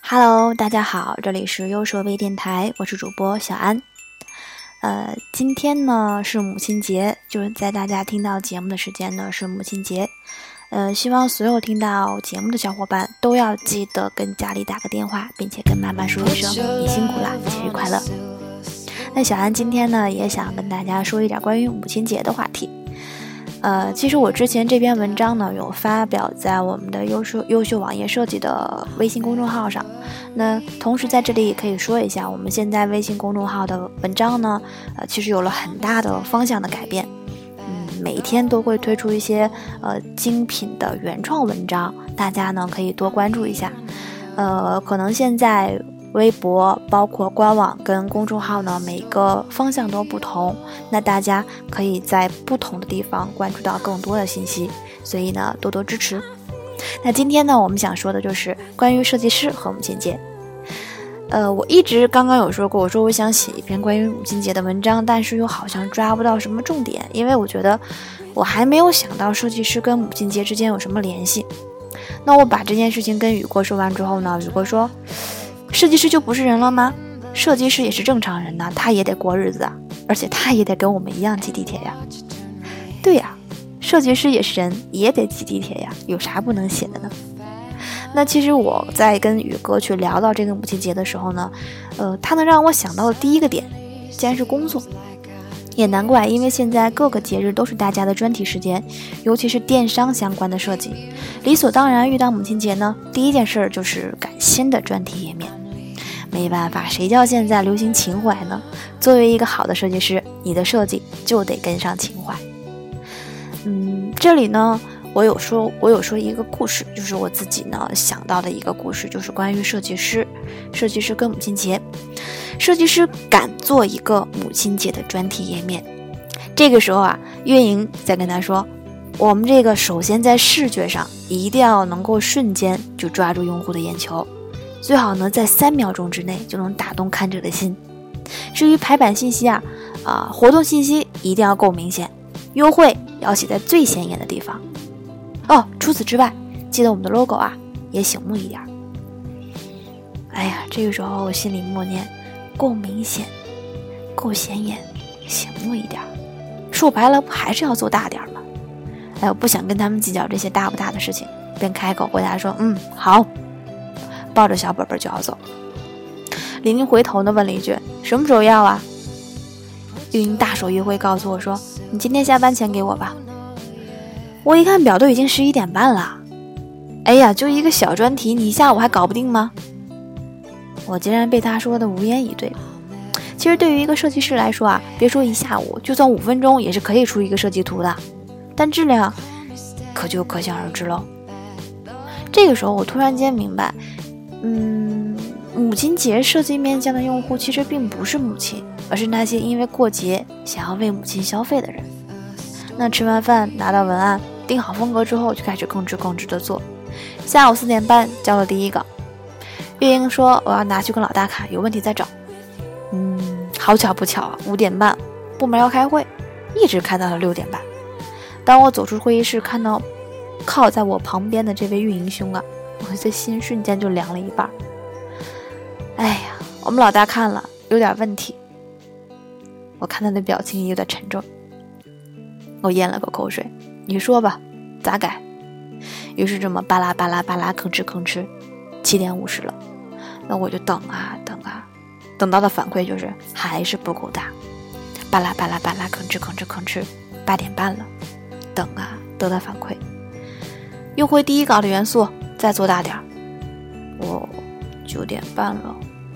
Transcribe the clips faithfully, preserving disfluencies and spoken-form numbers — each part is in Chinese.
Hello， 大家好，这里是优设微电台，我是主播小安。呃，今天呢是母亲节，就是在大家听到节目的时间呢是母亲节。呃，希望所有听到节目的小伙伴都要记得跟家里打个电话，并且跟妈妈说一声你辛苦啦，节日快乐。那小安今天呢也想跟大家说一点关于母亲节的话题。呃，其实我之前这篇文章呢有发表在我们的优秀优秀网页设计的微信公众号上。那同时在这里也可以说一下，我们现在微信公众号的文章呢，呃，其实有了很大的方向的改变。嗯，每天都会推出一些呃精品的原创文章，大家呢可以多关注一下。呃，可能现在微博包括官网跟公众号呢每个方向都不同，那大家可以在不同的地方关注到更多的信息，所以呢多多支持。那今天呢我们想说的就是关于设计师和母亲节。呃，我一直刚刚有说过，我说我想写一篇关于母亲节的文章，但是又好像抓不到什么重点，因为我觉得我还没有想到设计师跟母亲节之间有什么联系。那我把这件事情跟雨果说完之后呢，雨果说设计师就不是人了吗？设计师也是正常人呢，他也得过日子啊，而且他也得跟我们一样挤地铁呀。对呀，设计师也是人，也得挤地铁呀，有啥不能写的呢？那其实我在跟宇哥去聊到这个母亲节的时候呢，呃，他能让我想到的第一个点竟然是工作。也难怪，因为现在各个节日都是大家的专题时间，尤其是电商相关的设计，理所当然遇到母亲节呢，第一件事就是赶新的专题页面。没办法，谁叫现在流行情怀呢？作为一个好的设计师，你的设计就得跟上情怀。嗯，这里呢我有说我有说一个故事，就是我自己呢想到的一个故事，就是关于设计师设计师跟母亲节。设计师敢做一个母亲节的专题页面，这个时候啊，运营在跟他说，我们这个首先在视觉上一定要能够瞬间就抓住用户的眼球，最好呢在三秒钟之内就能打动看者的心。至于排版信息啊啊、呃，活动信息一定要够明显，优惠要写在最显眼的地方。哦，除此之外，记得我们的 logo 啊也醒目一点。哎呀，这个时候我心里默念，够明显，够显眼，醒目一点。说白了，不还是要做大点吗？哎，我不想跟他们计较这些大不大的事情，便开口回答说，嗯，好，抱着小本本就要走。林林回头呢问了一句，什么时候要啊？运营大手一挥告诉我说，你今天下班前给我吧。我一看表都已经十一点半了，哎呀，就一个小专题，你下午还搞不定吗？我竟然被他说的无言以对。其实对于一个设计师来说啊，别说一下午，就算五分钟也是可以出一个设计图的，但质量可就可想而知喽。这个时候我突然间明白，嗯，母亲节设计面向的用户其实并不是母亲，而是那些因为过节想要为母亲消费的人。那吃完饭拿到文案定好风格之后，就开始吭哧吭哧的做。下午四点半交了第一稿，运营说我要拿去跟老大看，有问题再找。嗯，好巧不巧啊，五点半部门要开会，一直开到了六点半。当我走出会议室，看到靠在我旁边的这位运营兄啊，我的心瞬间就凉了一半。哎呀，我们老大看了有点问题。我看他的表情有点沉重，我咽了口口水，你说吧，咋改？于是这么巴拉巴拉巴拉吭哧吭哧，七点五十了，那我就等啊等啊，等到的反馈就是还是不够大，巴拉巴拉巴拉吭哧吭哧吭哧，八点半了，等啊得到反馈，用回第一稿的元素，再做大点儿，我九点半了。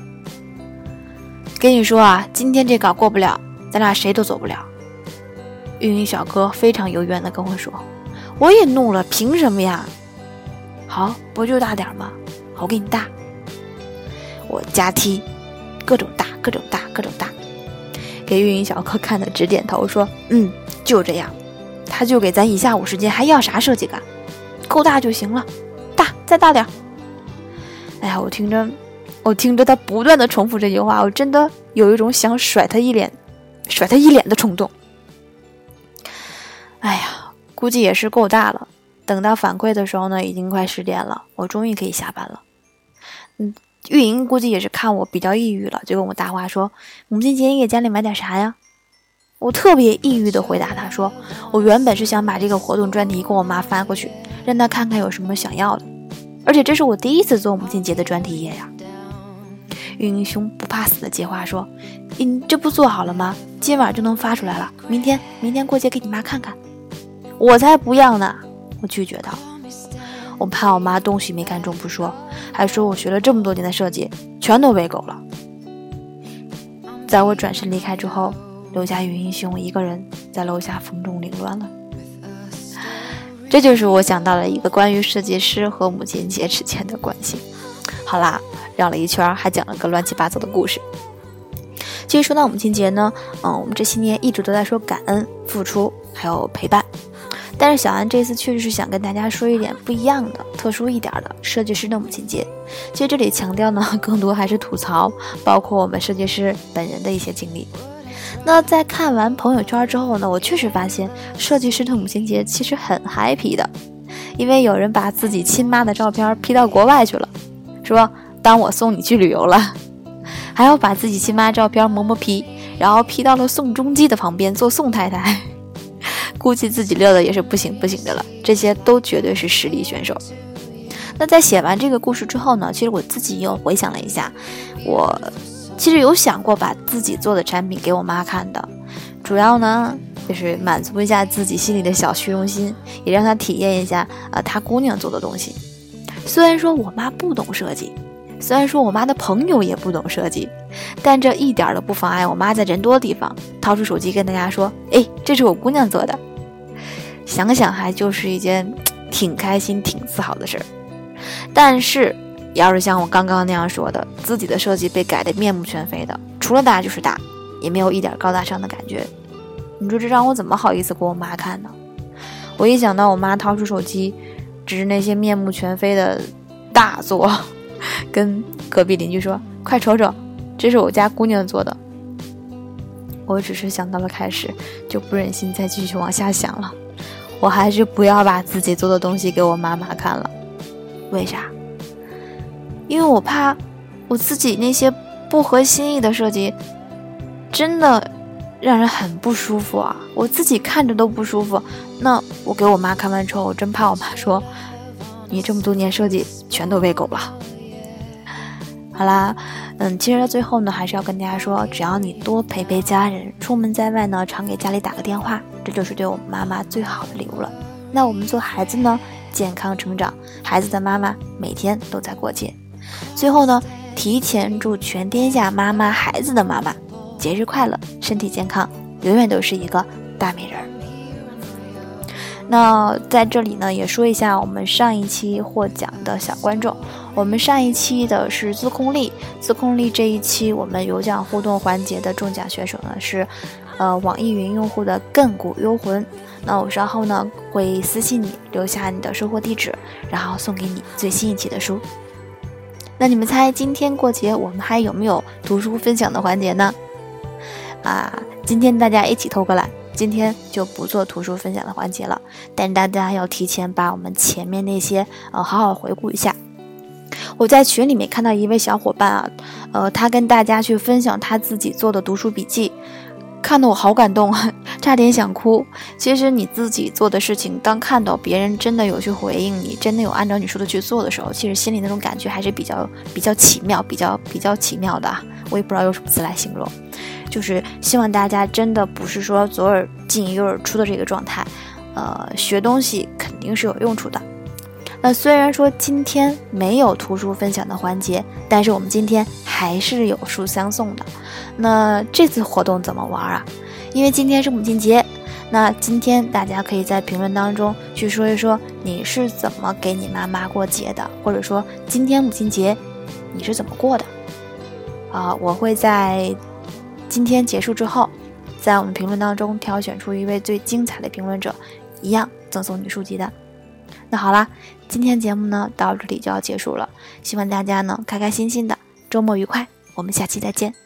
跟你说啊，今天这稿过不了，咱俩谁都走不了。运营小哥非常幽怨地跟我说，我也怒了，凭什么呀？好，不就大点吗？我给你大。我加踢，各种大，各种大，各种大。给运营小哥看的直点头说，嗯，就这样。他就给咱一下午时间，还要啥设计感？够大就行了，大，再大点。哎呀，我听着，我听着他不断的重复这句话，我真的有一种想甩他一脸，甩他一脸的冲动。哎呀，估计也是够大了。等到反馈的时候呢，已经快十点了，我终于可以下班了。嗯， 玉莹估计也是看我比较抑郁了，就跟我搭话说，母亲节你给家里买点啥呀？我特别抑郁的回答他说，我原本是想把这个活动专题跟我妈发过去，让她看看有什么想要的，而且这是我第一次做母亲节的专题页呀。玉莹兄不怕死的接话说，你这不做好了吗？今晚就能发出来了，明天明天过节给你妈看看。我才不要呢，我拒绝道。我怕我妈东西没看中不说，还说我学了这么多年的设计全都喂狗了。在我转身离开之后，留下云英兄一个人在楼下风中凌乱了。这就是我想到了一个关于设计师和母亲节之间的关系。好啦，绕了一圈还讲了个乱七八糟的故事。其实说到母亲节呢，嗯，我们这些年一直都在说感恩、付出还有陪伴，但是小安这次确实是想跟大家说一点不一样的、特殊一点的设计师的母亲节。其实这里强调呢，更多还是吐槽，包括我们设计师本人的一些经历。那在看完朋友圈之后呢，我确实发现设计师的母亲节其实很 happy 的，因为有人把自己亲妈的照片 P 到国外去了，说当我送你去旅游了，还要把自己亲妈照片磨磨皮，然后 P 到了宋仲基的旁边做宋太太，估计自己乐的也是不行不行的了，这些都绝对是实力选手。那在写完这个故事之后呢，其实我自己又回想了一下，我其实有想过把自己做的产品给我妈看的，主要呢就是满足一下自己心里的小虚荣心，也让她体验一下呃她姑娘做的东西。虽然说我妈不懂设计，虽然说我妈的朋友也不懂设计，但这一点都不妨碍我妈在人多的地方掏出手机跟大家说，哎，这是我姑娘做的。想想还就是一件挺开心挺自豪的事儿。但是要是像我刚刚那样说的，自己的设计被改得面目全非的，除了大就是大，也没有一点高大上的感觉，你说这让我怎么好意思给我妈看呢？我一想到我妈掏出手机只是那些面目全非的大作，跟隔壁邻居说，快瞅瞅，这是我家姑娘做的，我只是想到了开始就不忍心再继续往下想了，我还是不要把自己做的东西给我妈妈看了。为啥？因为我怕我自己那些不合心意的设计真的让人很不舒服啊，我自己看着都不舒服，那我给我妈看完之后，我真怕我妈说你这么多年设计全都喂狗了。好啦，嗯，其实到最后呢，还是要跟大家说，只要你多陪陪家人，出门在外呢，常给家里打个电话，这就是对我们妈妈最好的礼物了。那我们做孩子呢，健康成长，孩子的妈妈每天都在过节。最后呢，提前祝全天下妈妈孩子的妈妈节日快乐，身体健康，永远都是一个大美人儿。那在这里呢，也说一下我们上一期获奖的小观众。我们上一期的是自控力，自控力这一期我们有奖互动环节的中奖选手呢是，呃，网易云用户的亘古幽魂。那我稍后呢会私信你，留下你的收货地址，然后送给你最新一期的书。那你们猜今天过节我们还有没有图书分享的环节呢？啊，今天大家一起偷过来，今天就不做图书分享的环节了，但是大家要提前把我们前面那些呃好好回顾一下。我在群里面看到一位小伙伴啊，呃，他跟大家去分享他自己做的读书笔记，看得我好感动，差点想哭。其实你自己做的事情，当看到别人真的有去回应你，真的有按照你说的去做的时候，其实心里那种感觉还是比较比较奇妙，比较比较奇妙的。我也不知道用什么词来形容，就是希望大家真的不是说左耳进右耳出的这个状态，呃，学东西肯定是有用处的。那虽然说今天没有图书分享的环节，但是我们今天还是有书相送的。那这次活动怎么玩啊？因为今天是母亲节，那今天大家可以在评论当中去说一说你是怎么给你妈妈过节的，或者说今天母亲节你是怎么过的啊？我会在今天结束之后，在我们评论当中挑选出一位最精彩的评论者，一样赠送你书籍的。那好啦，今天节目呢到这里就要结束了，希望大家呢开开心心的，周末愉快，我们下期再见。